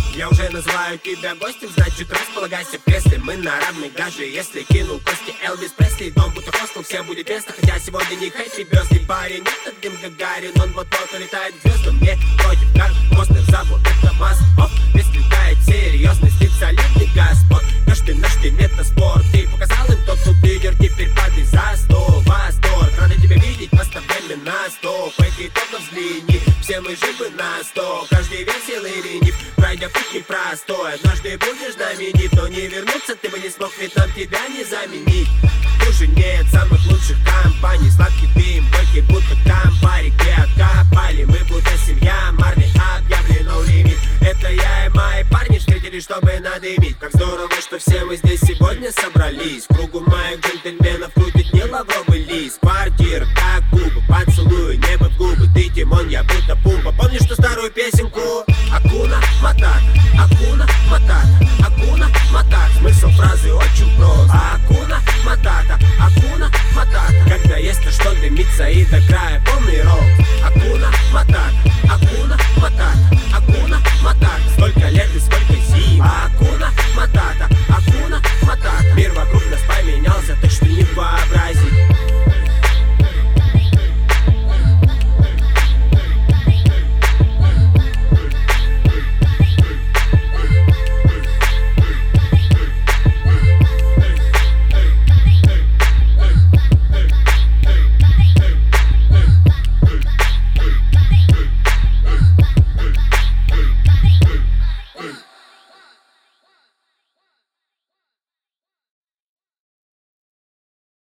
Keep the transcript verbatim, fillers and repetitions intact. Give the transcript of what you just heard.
Я уже называю тебя гостем, значит располагайся в кресле. Мы на равных, даже если кинул кости Элвис Пресли. Дом будто хостел, все будет тесно, хотя сегодня не хэппи бёрзли. Парень, этот Дим Гагарин, он вот-вот улетает в звезду. Мне против, как постер забыл, это маск. Оп, весь летает серьезность, лица солидный господ. Каждый наш день это спорт. Ты показал им, кто тут лидер, теперь падай за стол. Восторг, рада тебя видеть, поставь время на стоп. Эти только взгляни, все мы живы на сто. Каждый весел и ленив, пройдя путь непростой. Однажды будешь знаменит, но не вернуться ты бы не смог, ведь нам тебя не заменить. Хуже нет самых лучших компаний. Сладкий дым, горький будто кампари. Где откопали, мы будто семья. Марни объявлен no limit. Это я и мои парни встретились, чтобы надымить. Как здорово, что все мы здесь сегодня собрались. В кругу моих джентльменов крутит не лавровый лист. Квартира, как губы, поцелуй, небо в губы. Ты Тимон, я будто Пумба. Помнишь ту старую песенку? Акуна Матата, Акуна Матата, Акуна Матата. Смысл фразы очень прост. Акуна Матата, Акуна Матата. Когда есть то, что дымится и до края полный рот. Акуна Матата, Акуна Матата.